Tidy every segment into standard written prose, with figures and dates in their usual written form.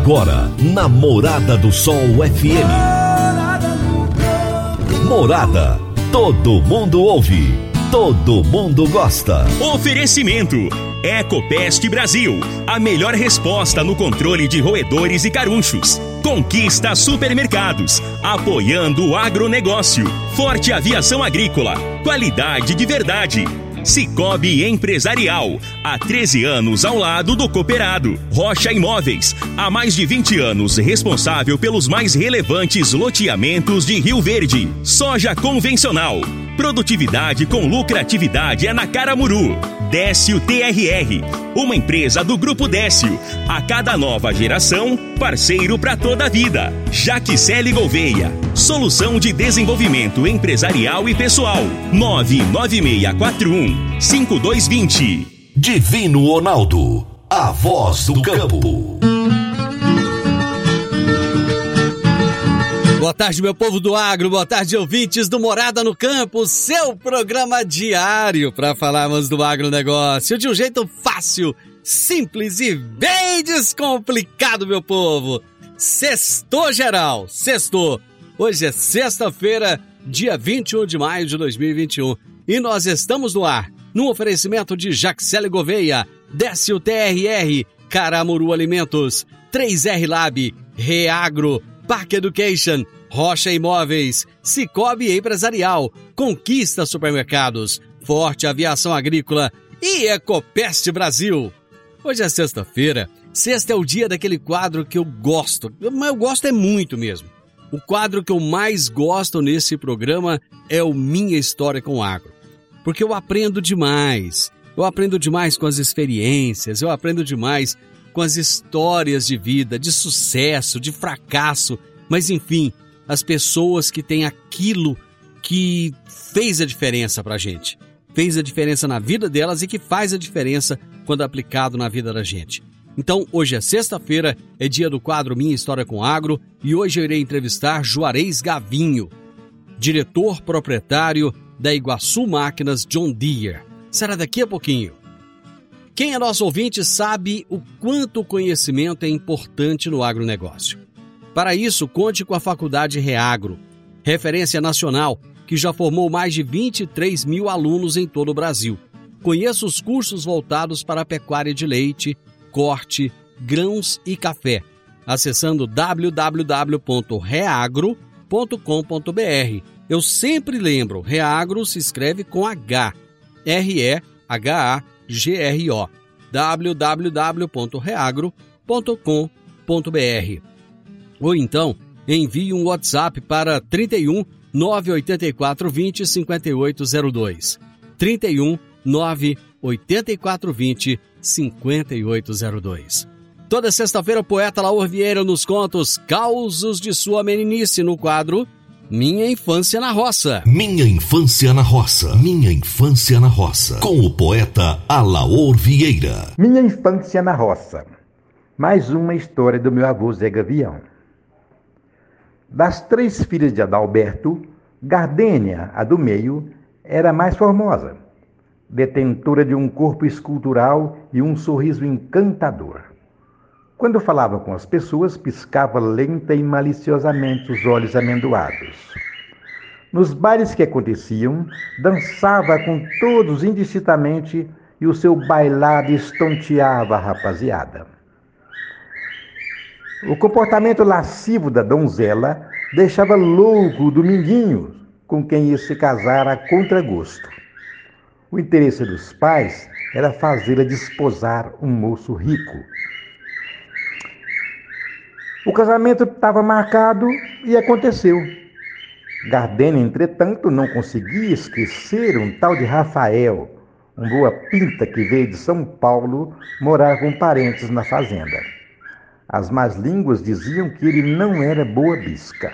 Agora, na Morada do Sol FM. Morada, todo mundo ouve, todo mundo gosta. Oferecimento Ecopest Brasil, a melhor resposta no controle de roedores e carunchos. Conquista Supermercados, apoiando o agronegócio. Forte Aviação Agrícola, qualidade de verdade. Cicobi Empresarial, há 13 anos ao lado do cooperado. Rocha Imóveis, há mais de 20 anos responsável pelos mais relevantes loteamentos de Rio Verde. Soja convencional, produtividade com lucratividade é na Caramuru. Décio TRR, uma empresa do Grupo Décio. A cada nova geração, parceiro para toda a vida. Jaquicele Gouveia, solução de desenvolvimento empresarial e pessoal. 99641-5220. Divino Ronaldo, a voz do campo. Boa tarde, meu povo do agro, boa tarde, ouvintes do Morada no Campo, seu programa diário para falarmos do agronegócio de um jeito fácil, simples e bem descomplicado, meu povo. Sextou geral, sextou. Hoje é sexta-feira, dia 21 de maio de 2021 e nós estamos no ar, num oferecimento de Jaquicele Gouveia, Décio TRR, Caramuru Alimentos, 3R Lab, Reagro, Parque Education, Rocha Imóveis, Cicobi Empresarial, Conquista Supermercados, Forte Aviação Agrícola e Ecopest Brasil. Hoje é sexta-feira, sexta é o dia daquele quadro que eu gosto, mas eu gosto é muito mesmo. O quadro que eu mais gosto nesse programa é o Minha História com o Agro, porque eu aprendo demais com as experiências, eu aprendo demais com as histórias de vida, de sucesso, de fracasso, mas enfim, as pessoas que têm aquilo que fez a diferença pra gente, fez a diferença na vida delas e que faz a diferença quando aplicado na vida da gente. Então, hoje é sexta-feira, é dia do quadro Minha História com Agro e hoje eu irei entrevistar Juarez Gavinho, diretor proprietário da Iguaçu Máquinas John Deere. Será daqui a pouquinho. Quem é nosso ouvinte sabe o quanto o conhecimento é importante no agronegócio. Para isso, conte com a Faculdade Reagro, referência nacional, que já formou mais de 23 mil alunos em todo o Brasil. Conheça os cursos voltados para a pecuária de leite, corte, grãos e café, acessando www.reagro.com.br. Eu sempre lembro, Reagro se escreve com H, R-E-H-A-G-R-O, www.reagro.com.br. Ou então, envie um WhatsApp para 31 984 20 5802. 31 984 20 5802. Toda sexta-feira, o poeta Laor Vieira nos conta os causos de sua meninice no quadro Minha Infância na Roça. Minha Infância na Roça. Minha Infância na Roça. Com o poeta Alaor Vieira. Minha Infância na Roça. Mais uma história do meu avô Zé Gavião. Das 3 filhas de Adalberto, Gardênia, a do meio, era a mais formosa, detentora de um corpo escultural e um sorriso encantador. Quando falava com as pessoas, piscava lenta e maliciosamente os olhos amendoados. Nos bailes que aconteciam, dançava com todos indistintamente e o seu bailado estonteava a rapaziada. O comportamento lascivo da donzela deixava louco o Dominguinho, com quem ia se casar a contragosto. O interesse dos pais era fazê-la desposar um moço rico. O casamento estava marcado e aconteceu. Gardênia, entretanto, não conseguia esquecer um tal de Rafael, um boa pinta que veio de São Paulo morar com parentes na fazenda. As más línguas diziam que ele não era boa bisca.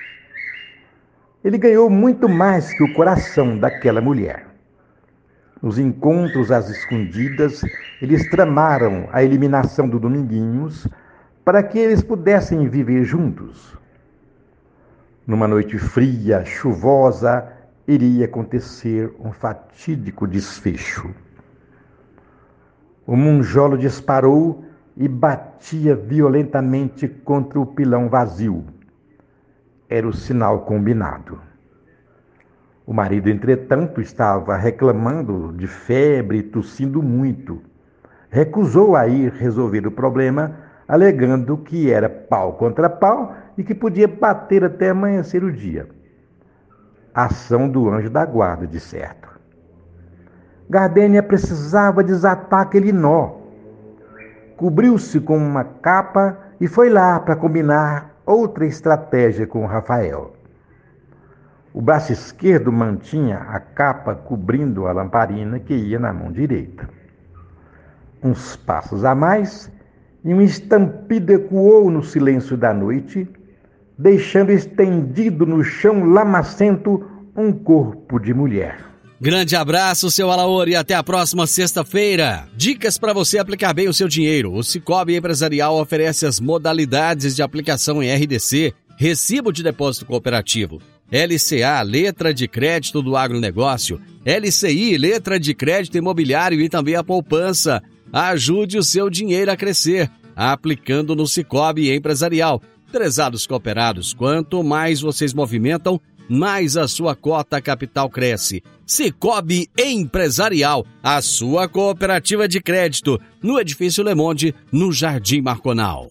Ele ganhou muito mais que o coração daquela mulher. Nos encontros às escondidas, eles tramaram a eliminação do Dominguinhos para que eles pudessem viver juntos. Numa noite fria, chuvosa, iria acontecer um fatídico desfecho. O monjolo disparou e batia violentamente contra o pilão vazio. Era o sinal combinado. O marido, entretanto, estava reclamando de febre e tossindo muito. Recusou a ir resolver o problema, alegando que era pau contra pau e que podia bater até amanhecer o dia. Ação do anjo da guarda, de certo. Gardênia precisava desatar aquele nó. Cobriu-se com uma capa e foi lá para combinar outra estratégia com Rafael. O braço esquerdo mantinha a capa cobrindo a lamparina que ia na mão direita. Uns passos a mais, e um estampido ecoou no silêncio da noite, deixando estendido no chão lamacento um corpo de mulher. Grande abraço, seu Alaor, e até a próxima sexta-feira. Dicas para você aplicar bem o seu dinheiro. O Sicoob Empresarial oferece as modalidades de aplicação em RDC, Recibo de Depósito Cooperativo, LCA, Letra de Crédito do Agronegócio, LCI, Letra de Crédito Imobiliário e também a poupança. Ajude o seu dinheiro a crescer, aplicando no Sicoob Empresarial. Prezados cooperados, quanto mais vocês movimentam, mais a sua cota capital cresce. Sicoob Empresarial, a sua cooperativa de crédito, no Edifício Le Monde, no Jardim Marconal.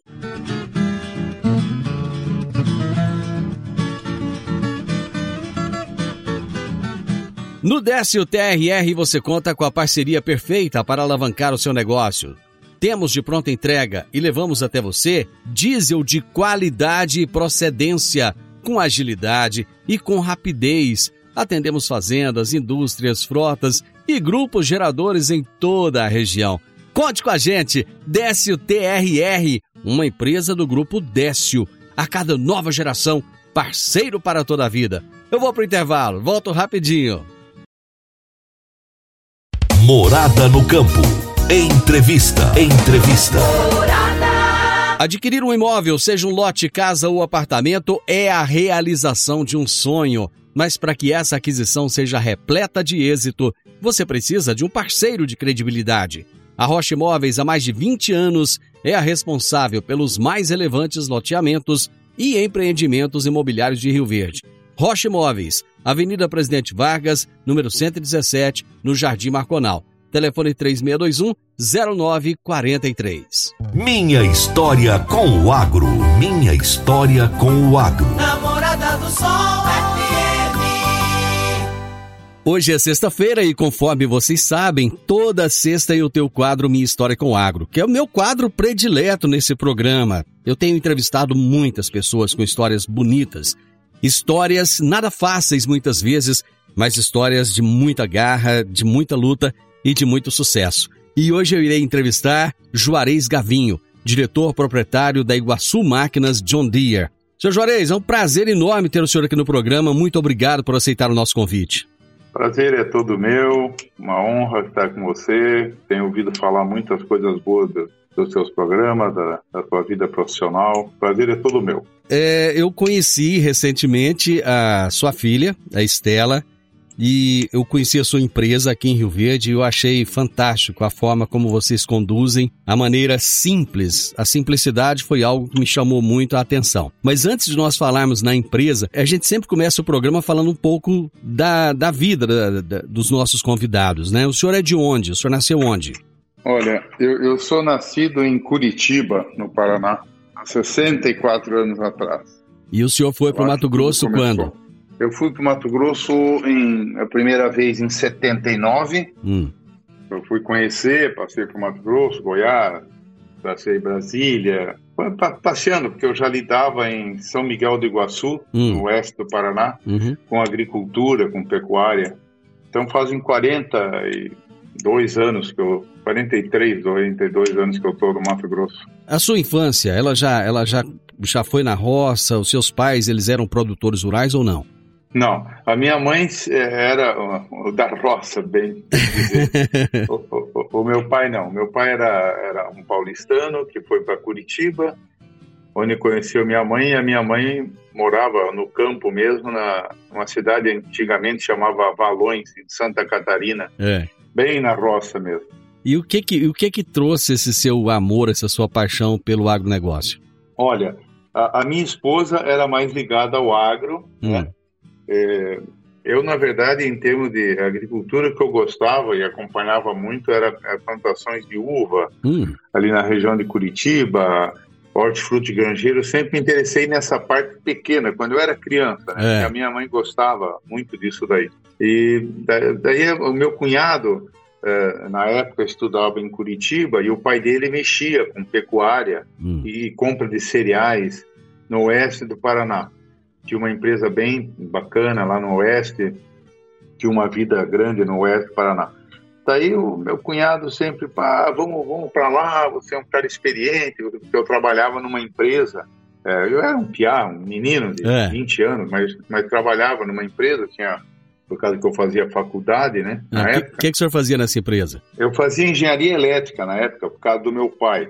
No Décio TRR você conta com a parceria perfeita para alavancar o seu negócio. Temos de pronta entrega e levamos até você diesel de qualidade e procedência, com agilidade e com rapidez. Atendemos fazendas, indústrias, frotas e grupos geradores em toda a região. Conte com a gente, Décio TRR, uma empresa do grupo Décio. A cada nova geração, parceiro para toda a vida. Eu vou para o intervalo, volto rapidinho. Morada no Campo. Entrevista. Morada. Adquirir um imóvel, seja um lote, casa ou apartamento, é a realização de um sonho. Mas para que essa aquisição seja repleta de êxito, você precisa de um parceiro de credibilidade. A Rocha Imóveis, há mais de 20 anos, é a responsável pelos mais relevantes loteamentos e empreendimentos imobiliários de Rio Verde. Rocha Imóveis, Avenida Presidente Vargas, número 117, no Jardim Marconal. Telefone 3621-0943. Minha história com o agro. Minha história com o agro. Namorada do Sol FM. Hoje é sexta-feira e, conforme vocês sabem, toda sexta eu tenho o quadro Minha História com o Agro, que é o meu quadro predileto nesse programa. Eu tenho entrevistado muitas pessoas com histórias bonitas. Histórias nada fáceis muitas vezes, mas histórias de muita garra, de muita luta e de muito sucesso. E hoje eu irei entrevistar Juarez Gavinho, diretor proprietário da Iguaçu Máquinas John Deere. Seu Juarez, é um prazer enorme ter o senhor aqui no programa. Muito obrigado por aceitar o nosso convite. Prazer é todo meu, uma honra estar com você. Tenho ouvido falar muitas coisas boas dos seus programas, da tua vida profissional. Prazer é todo meu. Eu conheci recentemente a sua filha, a Estela, e eu conheci a sua empresa aqui em Rio Verde e eu achei fantástico a forma como vocês conduzem, a maneira simples. A simplicidade foi algo que me chamou muito a atenção. Mas antes de nós falarmos na empresa, a gente sempre começa o programa falando um pouco da vida dos nossos convidados, né? O senhor é de onde? O senhor nasceu onde? Olha, eu sou nascido em Curitiba, no Paraná, há 64 anos atrás. E o senhor foi para o Mato Grosso quando? Eu fui para o Mato Grosso a primeira vez em 79. Eu fui conhecer, passei para o Mato Grosso, Goiás, passei em Brasília, passeando, porque eu já lidava em São Miguel do Iguaçu, no oeste do Paraná, com agricultura, com pecuária. Então fazem 42 anos que eu... 42 anos que eu estou no Mato Grosso. A sua infância, ela já foi na roça? Os seus pais, eles eram produtores rurais ou não? Não, a minha mãe era da roça, bem dizer. o meu pai não. Meu pai era um paulistano que foi para Curitiba, onde conheceu minha mãe, e a minha mãe morava no campo mesmo, numa cidade antigamente chamava Valões, em Santa Catarina, bem na roça mesmo. E o que trouxe esse seu amor, essa sua paixão pelo agronegócio? Olha, a minha esposa era mais ligada ao agro, né? Eu, na verdade, em termos de agricultura, que eu gostava e acompanhava muito era plantações de uva, ali na região de Curitiba, hortifruti granjeiro. Eu sempre me interessei nessa parte pequena, quando eu era criança, né? A minha mãe gostava muito disso daí. E daí o meu cunhado, na época, estudava em Curitiba e o pai dele mexia com pecuária e compra de cereais no oeste do Paraná. Tinha uma empresa bem bacana lá no oeste, tinha uma vida grande no oeste do Paraná. Daí o meu cunhado sempre, vamos para lá, você é um cara experiente, porque eu trabalhava numa empresa, eu era um menino de 20 anos, mas trabalhava numa empresa, por causa que eu fazia faculdade, né? O que o senhor fazia nessa empresa? Eu fazia engenharia elétrica na época, por causa do meu pai.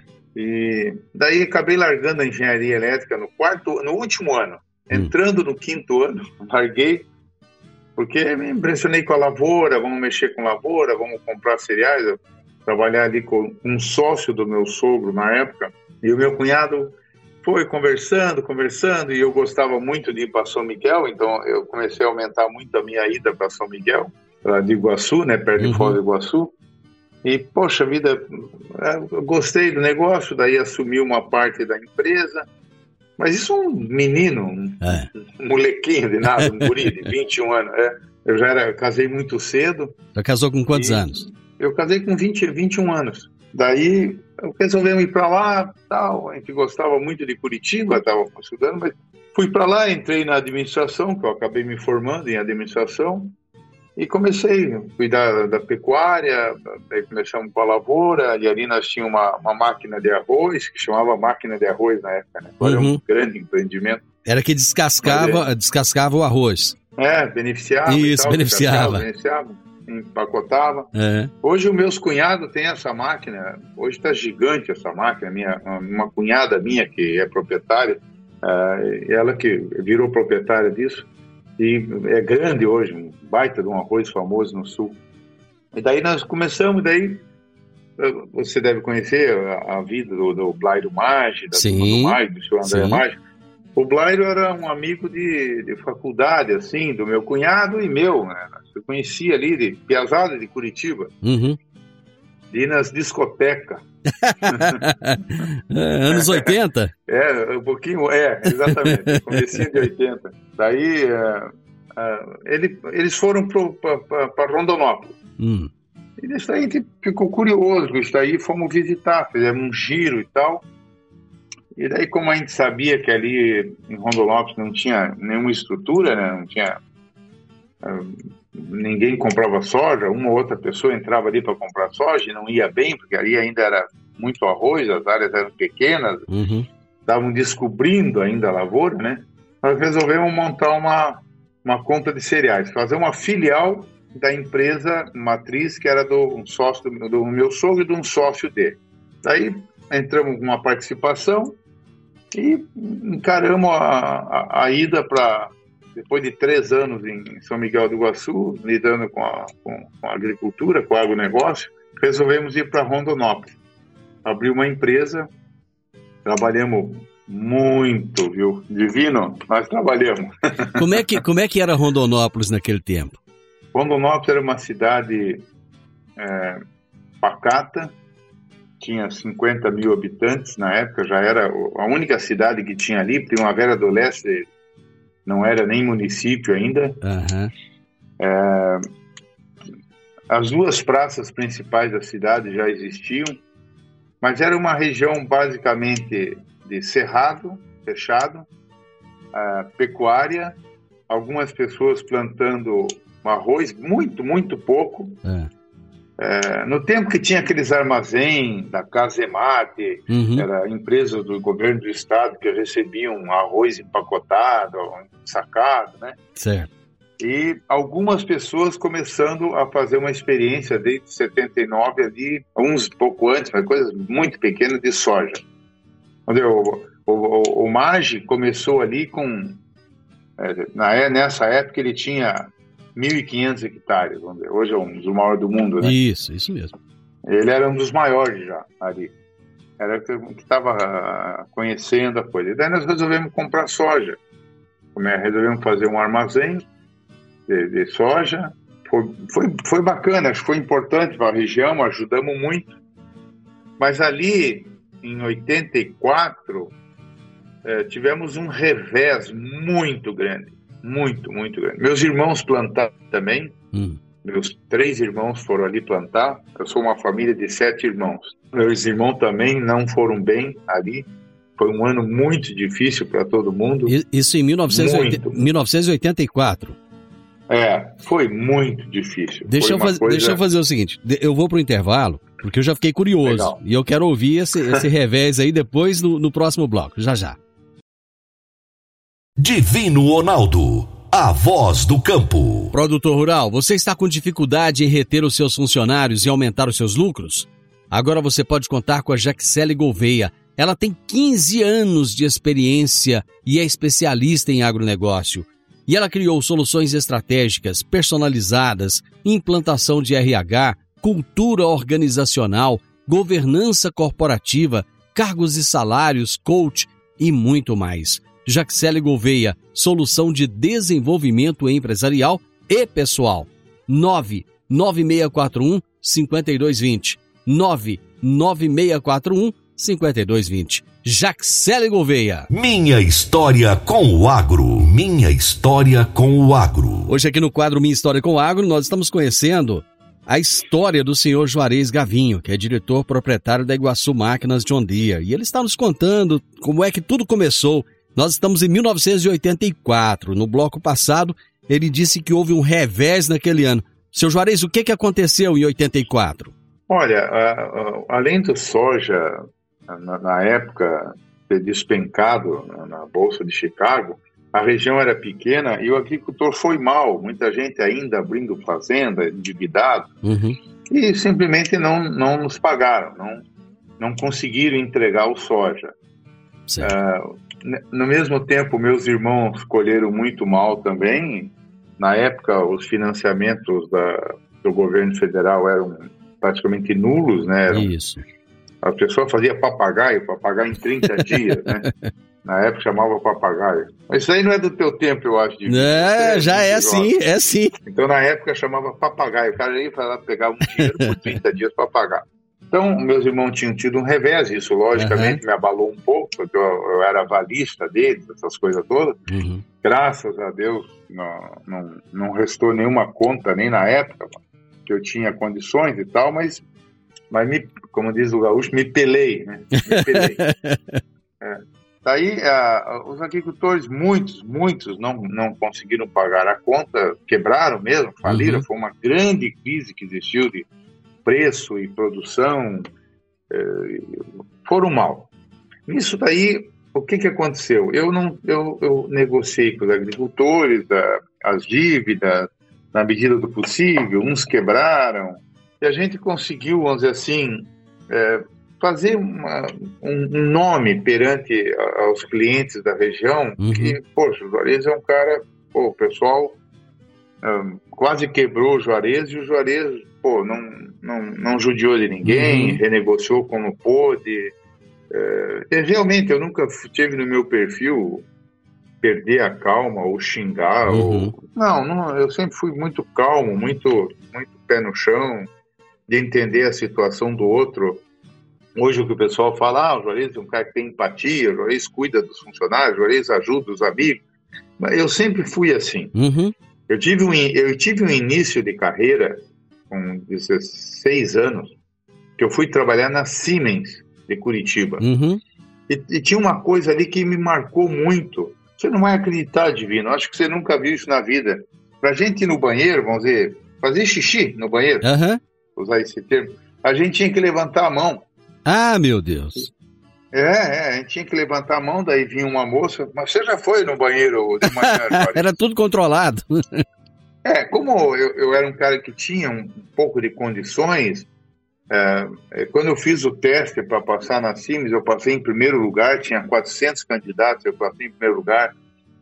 E daí acabei largando a engenharia elétrica no último ano. Entrando no 5º ano, larguei, porque me impressionei com a lavoura, vamos mexer com lavoura, vamos comprar cereais. Eu trabalhar ali com um sócio do meu sogro na época, e o meu cunhado foi conversando, e eu gostava muito de ir para São Miguel, então eu comecei a aumentar muito a minha ida para São Miguel, de Iguaçu, né, perto de Foz do Iguaçu. E, poxa vida, eu gostei do negócio, daí assumi uma parte da empresa. Mas isso é um menino, um molequinho de nada, um guri de 21 anos. Eu casei muito cedo. Já casou com quantos anos? Eu casei com 21 anos. Daí resolvemos ir para lá, tal. A gente gostava muito de Curitiba, estava estudando, mas fui para lá, entrei na administração, que eu acabei me formando em administração, e comecei a cuidar da pecuária. Daí começamos com a lavoura, e ali nós tínhamos uma máquina de arroz, que chamava máquina de arroz na época, né? Agora é um grande empreendimento. Era que descascava o arroz. Beneficiava. Isso, beneficiava. Empacotava. Hoje os meus cunhados têm essa máquina, hoje está gigante essa máquina, uma cunhada minha que é proprietária, ela que virou proprietária disso, e é grande hoje, um baita de um arroz famoso no sul. E daí nós começamos, você deve conhecer a vida do Blairo Maggi, do senhor André Maggi. O Blairo era um amigo de faculdade, assim, do meu cunhado e meu, né? Eu conhecia ali de piazada de Curitiba, e nas discotecas. Anos 80? Um pouquinho, exatamente, comecinho de 80. Daí, eles foram para Rondonópolis. E daí a gente ficou curioso com isso daí, fomos visitar, fizemos um giro e tal. E daí, como a gente sabia que ali em Rondonópolis não tinha nenhuma estrutura, né? Não tinha... ninguém comprava soja, uma ou outra pessoa entrava ali para comprar soja e não ia bem, porque ali ainda era muito arroz, as áreas eram pequenas, estavam descobrindo ainda a lavoura, né? Nós resolvemos montar uma conta de cereais, fazer uma filial da empresa matriz, que era do sócio do meu sogro e de um sócio dele. Daí entramos com uma participação e encaramos a ida para... Depois de 3 anos em São Miguel do Iguaçu, lidando com a agricultura, com o agronegócio, resolvemos ir para Rondonópolis. Abri uma empresa, trabalhamos muito, viu? Divino, nós trabalhamos. Como é que era Rondonópolis naquele tempo? Rondonópolis era uma cidade pacata, tinha 50 mil habitantes na época, já era a única cidade que tinha ali. Primavera do Leste não era nem município ainda. As 2 praças principais da cidade já existiam, mas era uma região basicamente de cerrado, fechado, pecuária, algumas pessoas plantando arroz, muito pouco. No tempo que tinha aqueles armazéns da Casemate, era empresas do governo do estado que recebiam arroz empacotado, sacado, né? Certo. E algumas pessoas começando a fazer uma experiência desde 79 ali, uns pouco antes, mas coisas muito pequenas de soja. O Maggi começou ali com... nessa época ele tinha 1.500 hectares, vamos dizer. Hoje é um dos maiores do mundo, né? Isso mesmo. Ele era um dos maiores já ali. Era que estava conhecendo a coisa. E daí nós resolvemos comprar soja. Resolvemos fazer um armazém de soja. Foi bacana, acho que foi importante para a região, ajudamos muito. Mas ali, em 84, tivemos um revés muito grande. Muito, muito grande. Meus irmãos plantaram também. Meus 3 irmãos foram ali plantar. Eu sou uma família de 7 irmãos. Meus irmãos também não foram bem ali. Foi um ano muito difícil para todo mundo. Isso em 1984. Foi muito difícil. Deixa eu fazer o seguinte. Eu vou pro intervalo, porque eu já fiquei curioso. Legal. E eu quero ouvir esse revés aí depois no próximo bloco. Já. Divino Ronaldo, a voz do campo. Produtor rural, você está com dificuldade em reter os seus funcionários e aumentar os seus lucros? Agora você pode contar com a Jaxele Gouveia. Ela tem 15 anos de experiência e é especialista em agronegócio. E ela criou soluções estratégicas, personalizadas, implantação de RH, cultura organizacional, governança corporativa, cargos e salários, coach e muito mais. Jaxele Gouveia, solução de desenvolvimento empresarial e pessoal. 99641-5220. 99641-5220. Jaxele Gouveia. Minha história com o agro. Minha história com o agro. Hoje aqui no quadro Minha História com o Agro, nós estamos conhecendo a história do senhor Juarez Gavinho, que é diretor proprietário da Iguaçu Máquinas John Deere. E ele está nos contando como é que tudo começou. Nós estamos em 1984. No bloco passado, ele disse que houve um revés naquele ano. Seu Juarez, o que aconteceu em 84? Olha, além do soja, na época, ter despencado na Bolsa de Chicago, a região era pequena e o agricultor foi mal. Muita gente ainda abrindo fazenda, endividado, e simplesmente não nos pagaram, não conseguiram entregar o soja. No mesmo tempo, meus irmãos colheram muito mal também. Na época, os financiamentos do governo federal eram praticamente nulos, né? Isso. A pessoa fazia papagaio em 30 dias, né? Na época chamava papagaio. Mas isso aí não é do teu tempo, eu acho. Já é assim. Então, na época, chamava papagaio. O cara ia pegar um dinheiro por 30 dias para pagar. Então, meus irmãos tinham tido um revés, isso logicamente me abalou um pouco, porque eu era avalista deles, essas coisas todas. Graças a Deus, não restou nenhuma conta, nem na época, que eu tinha condições e tal, mas como diz o gaúcho, me pelei, né? Me pelei. Daí, os agricultores, muitos não conseguiram pagar a conta, quebraram mesmo, faliram, foi uma grande crise que existiu de preço e produção, foram mal. Nisso daí, o que aconteceu? Eu negociei com os agricultores as dívidas, na medida do possível, uns quebraram, e a gente conseguiu, vamos dizer assim, fazer um nome perante aos clientes da região, que, poxa, o Juarez é um cara, o pessoal quase quebrou o Juarez, e o Juarez, não judiou de ninguém, renegociou como pôde. Realmente, eu nunca tive no meu perfil perder a calma ou xingar. Não, eu sempre fui muito calmo, muito pé no chão, de entender a situação do outro. Hoje o que o pessoal fala, o Juarez é um cara que tem empatia, o Juarez cuida dos funcionários, o Juarez ajuda os amigos. Mas eu sempre fui assim. Eu tive um início de carreira com 16 anos, que eu fui trabalhar na Siemens de Curitiba. E tinha uma coisa ali que me marcou muito. Você não vai acreditar, Divino, acho que você nunca viu isso na vida. Pra gente ir no banheiro, vamos dizer, fazer xixi no banheiro, usar esse termo, a gente tinha que levantar a mão. Ah, meu Deus. A gente tinha que levantar a mão, daí vinha uma moça, mas você já foi no banheiro de manhã? Era tudo controlado. Como eu era um cara que tinha um pouco de condições, quando eu fiz o teste para passar na Siemens, eu passei em primeiro lugar, tinha 400 candidatos, eu passei em primeiro lugar.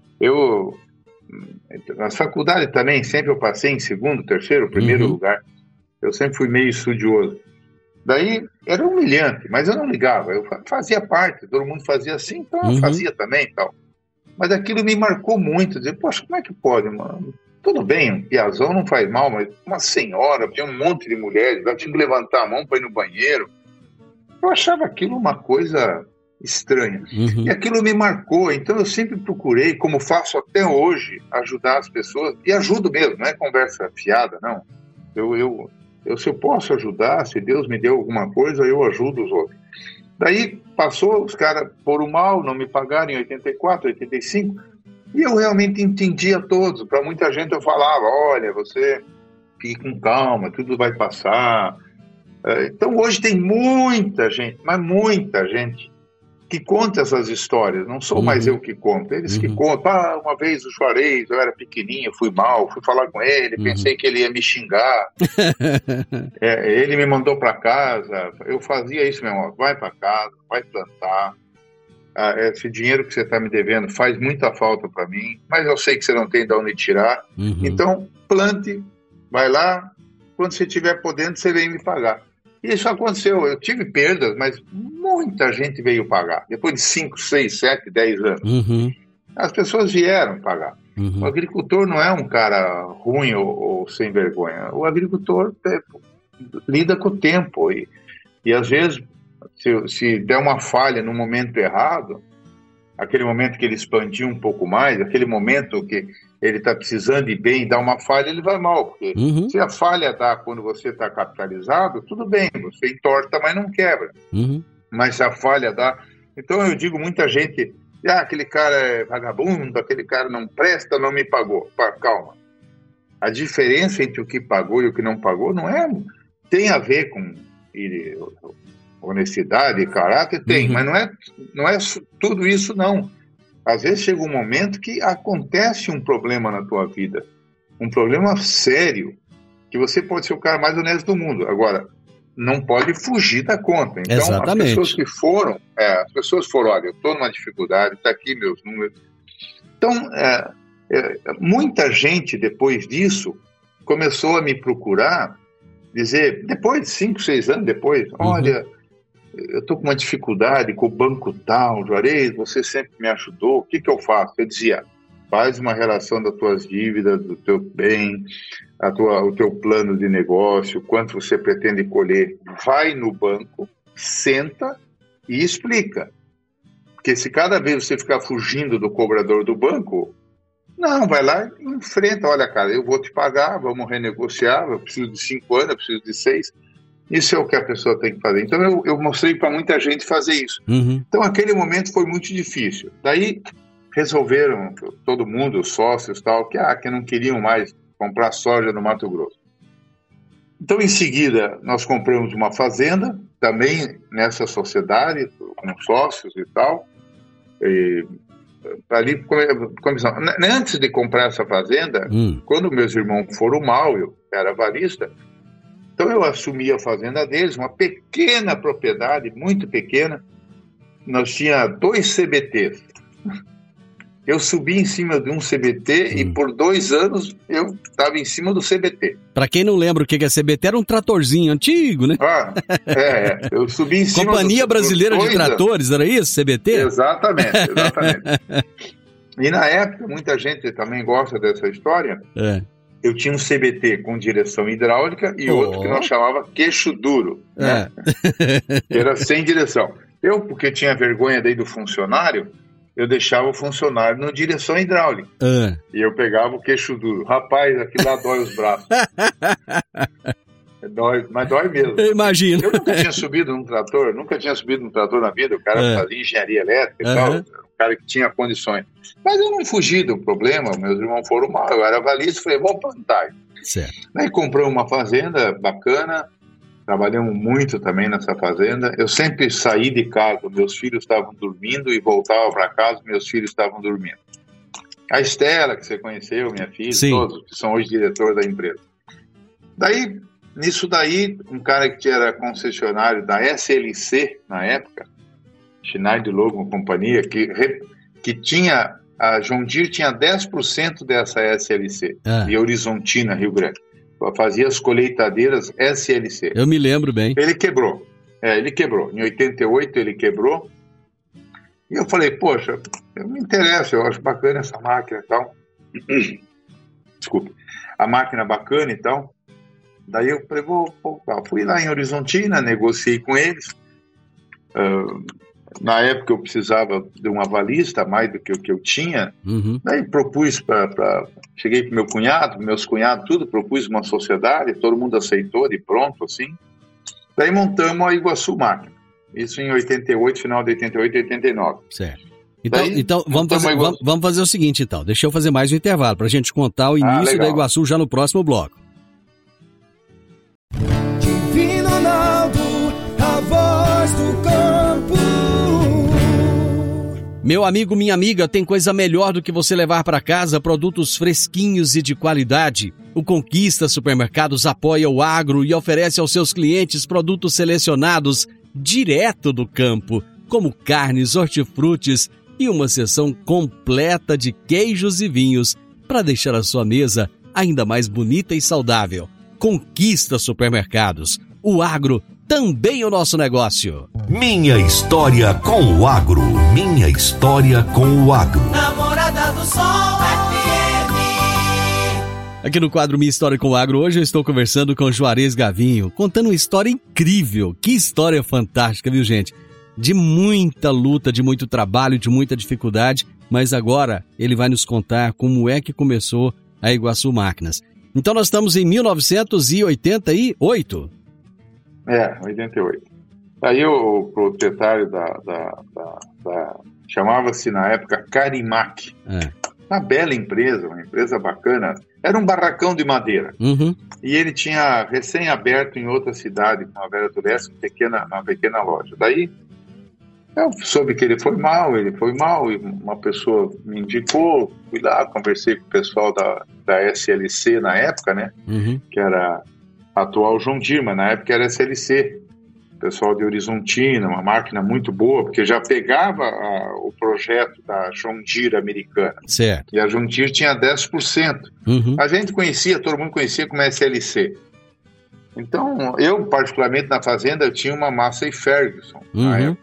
Na faculdade também, sempre eu passei em segundo, terceiro, primeiro lugar. Eu sempre fui meio estudioso. Daí era humilhante, mas eu não ligava, eu fazia parte, todo mundo fazia assim, então eu fazia também e tal. Mas aquilo me marcou muito, dizer, poxa, como é que pode, mano? Tudo bem, um piazão não faz mal, mas uma senhora, tinha um monte de mulheres, ela tinha que levantar a mão para ir no banheiro. Eu achava aquilo uma coisa estranha. E aquilo me marcou, então eu sempre procurei, como faço até hoje, ajudar as pessoas, e ajudo mesmo, não é conversa fiada, não. Se eu posso ajudar, se Deus me deu alguma coisa, eu ajudo os outros. Daí passou, os caras foram mal, não me pagaram em 84, 85, e eu realmente entendia todos. Para muita gente eu falava, olha, você fique com calma, tudo vai passar. Então hoje tem muita gente, mas muita gente, que conta essas histórias. Não sou mais eu que conto, eles que contam. Uma vez o Juarez, eu era pequenininho, fui mal, fui falar com ele, pensei que ele ia me xingar. Ele me mandou para casa, eu fazia isso mesmo, vai para casa, vai plantar. Esse dinheiro que você está me devendo faz muita falta para mim, mas eu sei que você não tem de onde tirar. Então, plante, vai lá, quando você estiver podendo, você vem me pagar. Isso aconteceu, eu tive perdas, mas muita gente veio pagar. Depois de 5, 6, 7, 10 anos. As pessoas vieram pagar. O agricultor não é um cara ruim ou sem vergonha. O agricultor lida com o tempo. E às vezes, se der uma falha no momento errado, aquele momento que ele expandiu um pouco mais, aquele momento que ele está precisando ir bem e dá uma falha, ele vai mal. Porque se a falha dá quando você está capitalizado, tudo bem, você entorta, mas não quebra. Mas se a falha dá... Então eu digo, muita gente, aquele cara é vagabundo, aquele cara não presta, não me pagou. Calma. A diferença entre o que pagou e o que não pagou não é... Tem a ver com honestidade e caráter, tem, mas não é tudo isso, não. Às vezes chega um momento que acontece um problema na tua vida, um problema sério, que você pode ser o cara mais honesto do mundo. Agora, não pode fugir da conta. Então, exatamente. As pessoas foram, olha, eu estou numa dificuldade, está aqui meus números. Então, muita gente, depois disso, começou a me procurar, dizer, depois de 5, 6 anos depois, olha... Eu estou com uma dificuldade com o banco tal, Juarez, você sempre me ajudou, o que eu faço? Eu dizia, faz uma relação das tuas dívidas, do teu bem, o teu plano de negócio, quanto você pretende colher, vai no banco, senta e explica. Porque se cada vez você ficar fugindo do cobrador do banco, não, vai lá e enfrenta, olha cara, eu vou te pagar, vamos renegociar, eu preciso de 5 anos, eu preciso de 6. Isso é o que a pessoa tem que fazer. Então, eu mostrei para muita gente fazer isso. Então, aquele momento foi muito difícil. Daí, resolveram, todo mundo, os sócios, tal, que não queriam mais comprar soja no Mato Grosso. Então, em seguida, nós compramos uma fazenda, também nessa sociedade, com sócios e tal. E, ali começamos. Antes de comprar essa fazenda, quando meus irmãos foram mal, eu era avalista, então eu assumi a fazenda deles, uma pequena propriedade, muito pequena. Nós tínhamos 2 CBTs. Eu subi em cima de um CBT e por 2 anos eu estava em cima do CBT. Para quem não lembra o que é CBT, era um tratorzinho antigo, né? Eu subi em cima Companhia Brasileira de Tratores, era isso, CBT? Exatamente. E na época, muita gente também gosta dessa história. Eu tinha um CBT com direção hidráulica e outro que nós chamava queixo duro, né? Era sem direção. Eu, porque tinha vergonha daí do funcionário, eu deixava o funcionário na direção hidráulica. E eu pegava o queixo duro. Rapaz, aquilo lá dói os braços. Dói, mas dói mesmo. Eu imagino. Eu nunca tinha subido num trator na vida. O cara fazia engenharia elétrica e tal. O cara que tinha condições. Mas eu não fugi do problema, meus irmãos foram mal. Eu era avalista, falei, vou plantar. Certo. Daí compramos uma fazenda bacana, trabalhamos muito também nessa fazenda. Eu sempre saí de casa, meus filhos estavam dormindo e voltava para casa, meus filhos estavam dormindo. A Estela, que você conheceu, minha filha, sim, todos, que são hoje diretores da empresa. Daí, nisso daí, um cara que era concessionário da SLC, na época, Schneider Logo Companhia, que tinha, a John Deere tinha 10% dessa SLC, de Horizontina, Rio Grande. fazia as colheitadeiras SLC. Eu me lembro bem. Ele quebrou. Em 88 ele quebrou. E eu falei, poxa, eu me interesso, eu acho bacana essa máquina e tal. Desculpa. A máquina bacana e tal. Daí eu falei, fui lá em Horizontina, negociei com eles. Na época eu precisava de um avalista, mais do que o que eu tinha. Daí propus cheguei para meu cunhado, meus cunhados, tudo, propus uma sociedade, todo mundo aceitou de pronto, assim. Daí montamos a Iguaçu Máquina. Isso em 88, final de 88 e 89. Certo. Então vamos fazer o seguinte, então. Deixa eu fazer mais um intervalo para a gente contar o início da Iguaçu já no próximo bloco. Divino Ronaldo, a voz do campo. Meu amigo, minha amiga, tem coisa melhor do que você levar para casa produtos fresquinhos e de qualidade. O Conquista Supermercados apoia o agro e oferece aos seus clientes produtos selecionados direto do campo, como carnes, hortifrutis e uma seção completa de queijos e vinhos para deixar a sua mesa ainda mais bonita e saudável. Conquista Supermercados. O agro também é o nosso negócio. Minha história com o agro. Minha história com o agro. Namorada do Sol FM. Aqui no quadro Minha História com o Agro, hoje eu estou conversando com Juarez Gavinho, contando uma história incrível. Que história fantástica, viu, gente? De muita luta, de muito trabalho, de muita dificuldade, mas agora ele vai nos contar como é que começou a Iguaçu Máquinas. Então nós estamos em 1988. 88. Aí o proprietário chamava-se na época Carimac. Uma bela empresa, uma empresa bacana. Era um barracão de madeira. E ele tinha recém-aberto em outra cidade, na Vera do Leste, uma pequena loja. Daí eu soube que ele foi mal, e uma pessoa me indicou, fui lá, conversei com o pessoal da SLC na época, né? Que era a atual John Deere, mas na época era SLC. Pessoal de Horizontina, uma máquina muito boa, porque já pegava o projeto da John Deere americana. Certo. E a John Deere tinha 10%. A gente conhecia, todo mundo conhecia como SLC. Então, eu, particularmente na fazenda, eu tinha uma Massey Ferguson na época.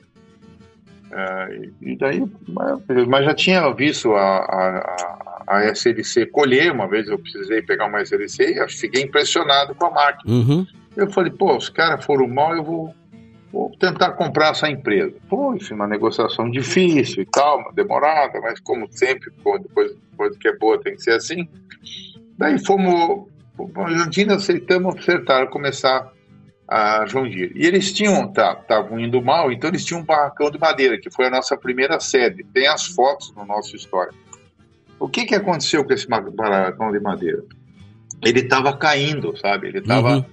E daí, mas já tinha visto a SLC colher, uma vez eu precisei pegar uma SLC e fiquei impressionado com a máquina. Eu falei, os caras foram mal, eu vou tentar comprar essa empresa. Foi uma negociação difícil e tal, demorada, mas como sempre, depois que é boa tem que ser assim. Daí fomos, a Argentina acertaram começar a John Deere. E eles estavam indo mal, então eles tinham um barracão de madeira, que foi a nossa primeira sede. Tem as fotos no nosso histórico. O que aconteceu com esse barracão de madeira? Ele estava caindo, sabe? Ele estava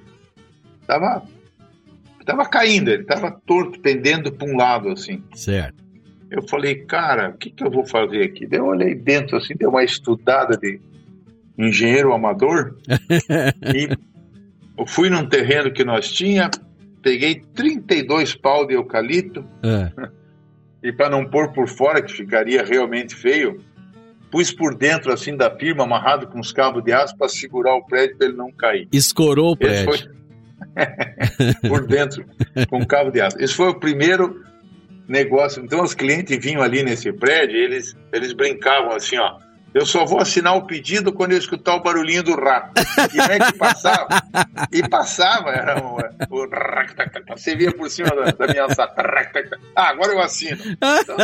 caindo, ele estava torto, pendendo para um lado, assim. Certo. Eu falei, cara, o que eu vou fazer aqui? Daí eu olhei dentro, assim, dei uma estudada de engenheiro amador e eu fui num terreno que nós tinha, peguei 32 pau de eucalipto e para não pôr por fora, que ficaria realmente feio, pus por dentro, assim, da firma, amarrado com uns cabos de aço para segurar o prédio para ele não cair. Escorou o prédio. Por dentro, com cabo de aço. Esse foi o primeiro negócio. Então os clientes vinham ali nesse prédio e eles brincavam assim, eu só vou assinar o pedido quando eu escutar o barulhinho do rato. E como é que passava? E passava, era você via por cima da minha alçada. Agora eu assino. Então,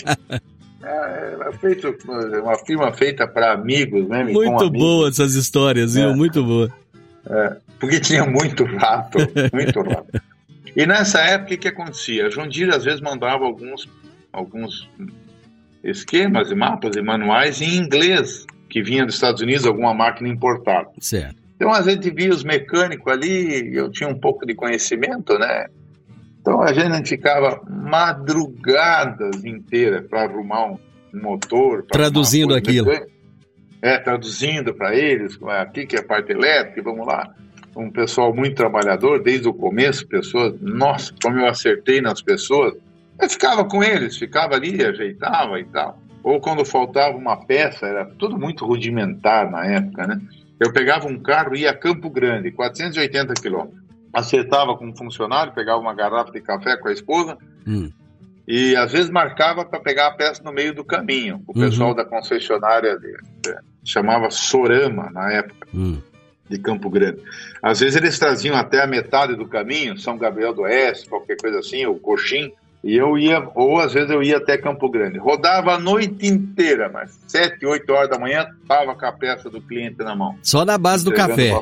feito uma firma feita para amigos, né? Muito boa essas histórias, viu? Muito boa. Porque tinha muito rato, muito rato. E nessa época, o que acontecia? A John Deere às vezes mandava alguns esquemas e mapas e manuais em inglês, que vinha dos Estados Unidos, alguma máquina importada. Certo. Então a gente via os mecânicos ali, eu tinha um pouco de conhecimento, né? Então a gente ficava madrugadas inteiras para arrumar um motor. Traduzindo aquilo. Traduzindo para eles, aqui que é a parte elétrica, vamos lá. Um pessoal muito trabalhador, desde o começo, pessoas, nossa, como eu acertei nas pessoas. Eu ficava com eles, ficava ali, ajeitava e tal. Ou quando faltava uma peça, era tudo muito rudimentar na época, né? Eu pegava um carro e ia a Campo Grande, 480 quilômetros. Acertava com um funcionário, pegava uma garrafa de café com a esposa e às vezes marcava para pegar a peça no meio do caminho. O pessoal da concessionária chamava Sorama na época, de Campo Grande. Às vezes eles traziam até a metade do caminho, São Gabriel do Oeste, qualquer coisa assim, ou Coxim, e eu ia, ou às vezes eu ia até Campo Grande. Rodava a noite inteira, mas 7, 8 horas da manhã, estava com a peça do cliente na mão. Só na base do café.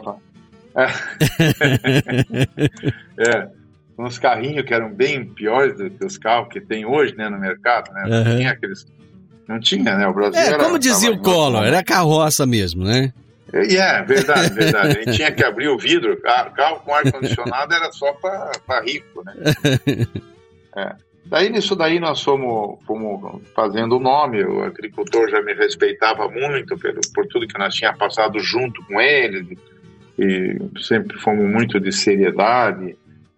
Uns carrinhos que eram bem piores do que os carros que tem hoje, né, no mercado, né? Não tinha, né? O Brasil era, como dizia o Collor, era carroça mesmo, né? Verdade. A gente tinha que abrir o vidro, carro com ar-condicionado era só para rico, né? Daí nisso daí nós fomos fazendo o nome, o agricultor já me respeitava muito por tudo que nós tínhamos passado junto com ele, e sempre fomos muito de seriedade,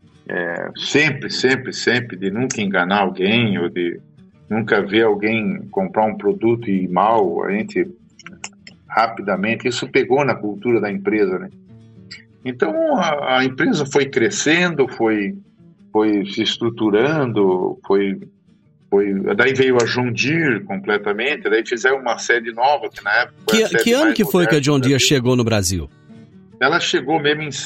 sempre de nunca enganar alguém, ou de nunca ver alguém comprar um produto e ir mal. A gente rapidamente, isso pegou na cultura da empresa, né? Então a empresa foi crescendo, foi se estruturando, daí veio a John Deere completamente, daí fizeram uma sede nova, que na época... Que ano que foi que a John Deere chegou no Brasil? Ela chegou mesmo em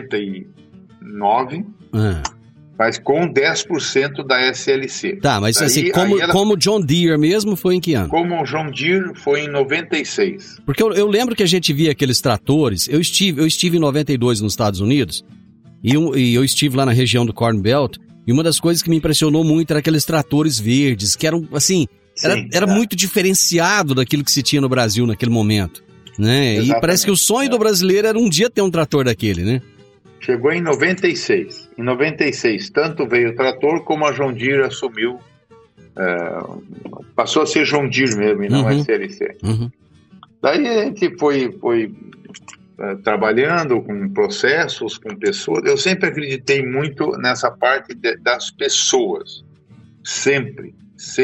79, mas com 10% da SLC. Tá, mas daí, assim, como John Deere mesmo, foi em que ano? Como John Deere foi em 96. Porque eu lembro que a gente via aqueles tratores, eu estive em 92 nos Estados Unidos, e eu estive lá na região do Corn Belt, e uma das coisas que me impressionou muito era aqueles tratores verdes, que eram, assim, era muito diferenciado daquilo que se tinha no Brasil naquele momento, né? Exatamente. E parece que o sonho do brasileiro era um dia ter um trator daquele, né? Chegou em 96. Em 96, tanto veio o trator como a John Deere assumiu, passou a ser John Deere mesmo, e não SLC. Daí a gente foi trabalhando com processos, com pessoas. Eu sempre acreditei muito nessa parte das pessoas. Sempre.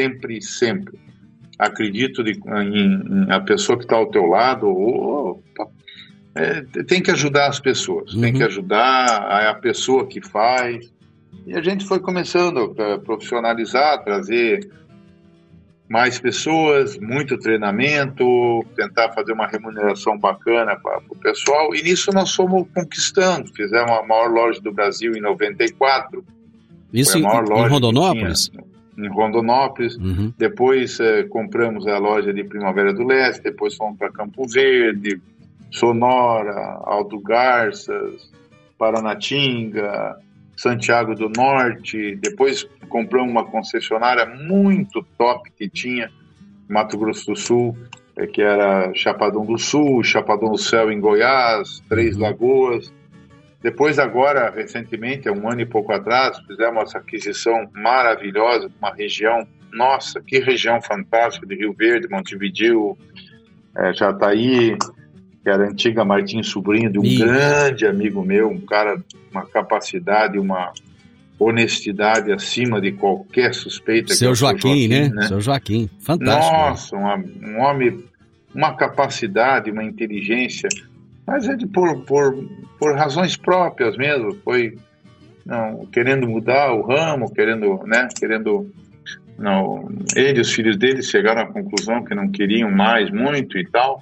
Acredito em a pessoa que está ao teu lado. Tem que ajudar as pessoas. Tem que ajudar a pessoa que faz. E a gente foi começando a profissionalizar, trazer mais pessoas, muito treinamento, tentar fazer uma remuneração bacana para o pessoal, e nisso nós fomos conquistando. Fizemos a maior loja do Brasil em 94. Isso em Rondonópolis? Em Rondonópolis. Depois compramos a loja de Primavera do Leste, depois fomos para Campo Verde, Sonora, Alto Garças, Paranatinga, Santiago do Norte. Depois compramos uma concessionária muito top que tinha em Mato Grosso do Sul, que era Chapadão do Sul, Chapadão do Céu em Goiás, Três Lagoas. Depois agora, recentemente, há um ano e pouco atrás, fizemos essa aquisição maravilhosa de uma região, nossa, que região fantástica, de Rio Verde, Montevidéu, Jataí, que era a antiga Martins Sobrinho, de um grande amigo meu, um cara, uma capacidade, uma honestidade acima de qualquer suspeita. Seu Joaquim, né? Seu Joaquim, fantástico. Nossa, um homem, uma capacidade, uma inteligência, mas por razões próprias mesmo, querendo mudar o ramo, ele e os filhos dele chegaram à conclusão que não queriam mais muito e tal.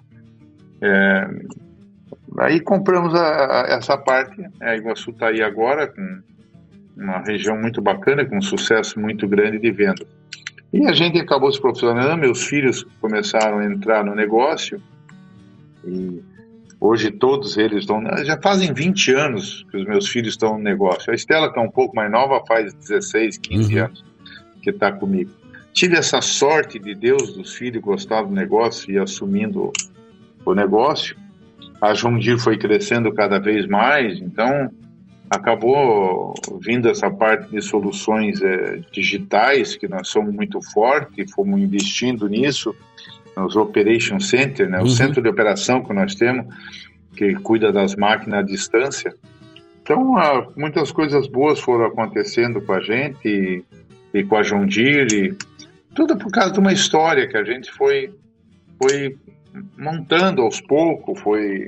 Aí compramos essa parte. A Iguaçu está aí agora com uma região muito bacana, com um sucesso muito grande de venda. E a gente acabou se profissionalizando, meus filhos começaram a entrar no negócio, e hoje todos eles já fazem 20 anos que os meus filhos estão no negócio. A Estela, que é um pouco mais nova, faz 16, 15 anos que está comigo. Tive essa sorte de Deus, dos filhos gostar do negócio e assumindo o negócio. A John Deere foi crescendo cada vez mais, então acabou vindo essa parte de soluções digitais, que nós somos muito fortes, fomos investindo nisso, nos Operation Center, né, o centro de operação que nós temos, que cuida das máquinas à distância. Então, muitas coisas boas foram acontecendo com a gente e com a John Deere, tudo por causa de uma história que a gente foi montando aos poucos, foi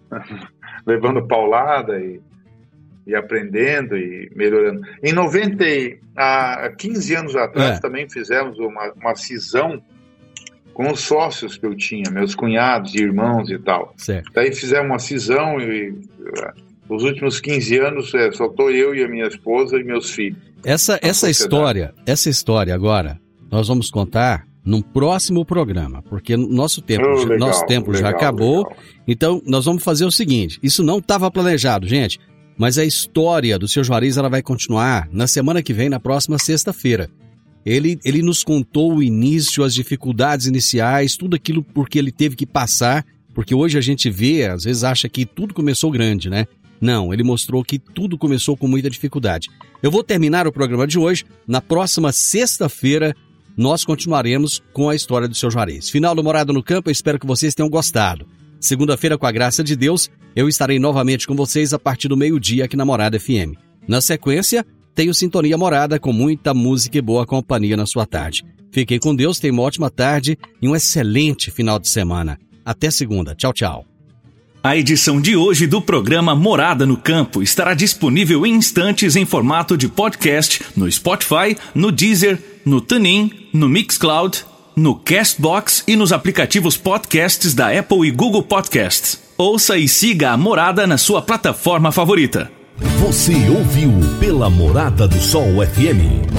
levando paulada e aprendendo e melhorando. Há 15 anos atrás também fizemos uma cisão com os sócios que eu tinha, meus cunhados e irmãos e tal. Certo. Daí fizemos uma cisão e nos últimos 15 anos só estou eu e a minha esposa e meus filhos. Essa história agora, nós vamos contar num próximo programa, porque nosso tempo já acabou. Legal. Então, nós vamos fazer o seguinte, isso não estava planejado, gente, mas a história do seu Juarez, ela vai continuar na semana que vem, na próxima sexta-feira. Ele nos contou o início, as dificuldades iniciais, tudo aquilo porque ele teve que passar, porque hoje a gente vê, às vezes acha que tudo começou grande, né? Não, ele mostrou que tudo começou com muita dificuldade. Eu vou terminar o programa de hoje, na próxima sexta-feira, nós continuaremos com a história do seu Juarez. Final do Morada no Campo, eu espero que vocês tenham gostado. Segunda-feira, com a graça de Deus, eu estarei novamente com vocês a partir do meio-dia aqui na Morada FM. Na sequência, tenho Sintonia Morada com muita música e boa companhia na sua tarde. Fiquem com Deus, tenham uma ótima tarde e um excelente final de semana. Até segunda. Tchau, tchau. A edição de hoje do programa Morada no Campo estará disponível em instantes em formato de podcast no Spotify, no Deezer, no TuneIn, no Mixcloud, no Castbox e nos aplicativos podcasts da Apple e Google Podcasts. Ouça e siga a Morada na sua plataforma favorita. Você ouviu pela Morada do Sol FM.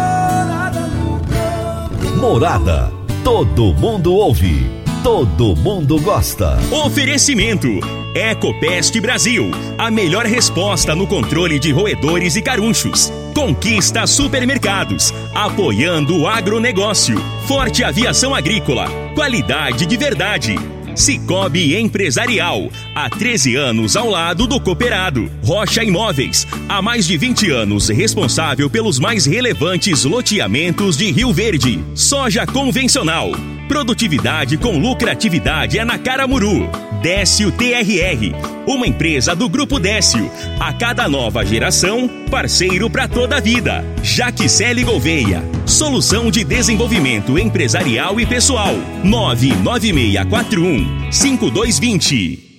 Morada. Todo mundo ouve. Todo mundo gosta. Oferecimento: Ecopest Brasil, a melhor resposta no controle de roedores e carunchos. Conquista Supermercados, apoiando o agronegócio. Forte Aviação Agrícola, qualidade de verdade. Cicobi Empresarial, há 13 anos ao lado do cooperado. Rocha Imóveis, há mais de 20 anos responsável pelos mais relevantes loteamentos de Rio Verde. Soja convencional, produtividade com lucratividade é na Caramuru. Décio TRR, uma empresa do Grupo Décio. A cada nova geração, parceiro para toda a vida. Jaquicele Gouveia, solução de desenvolvimento empresarial e pessoal. 99641 5220.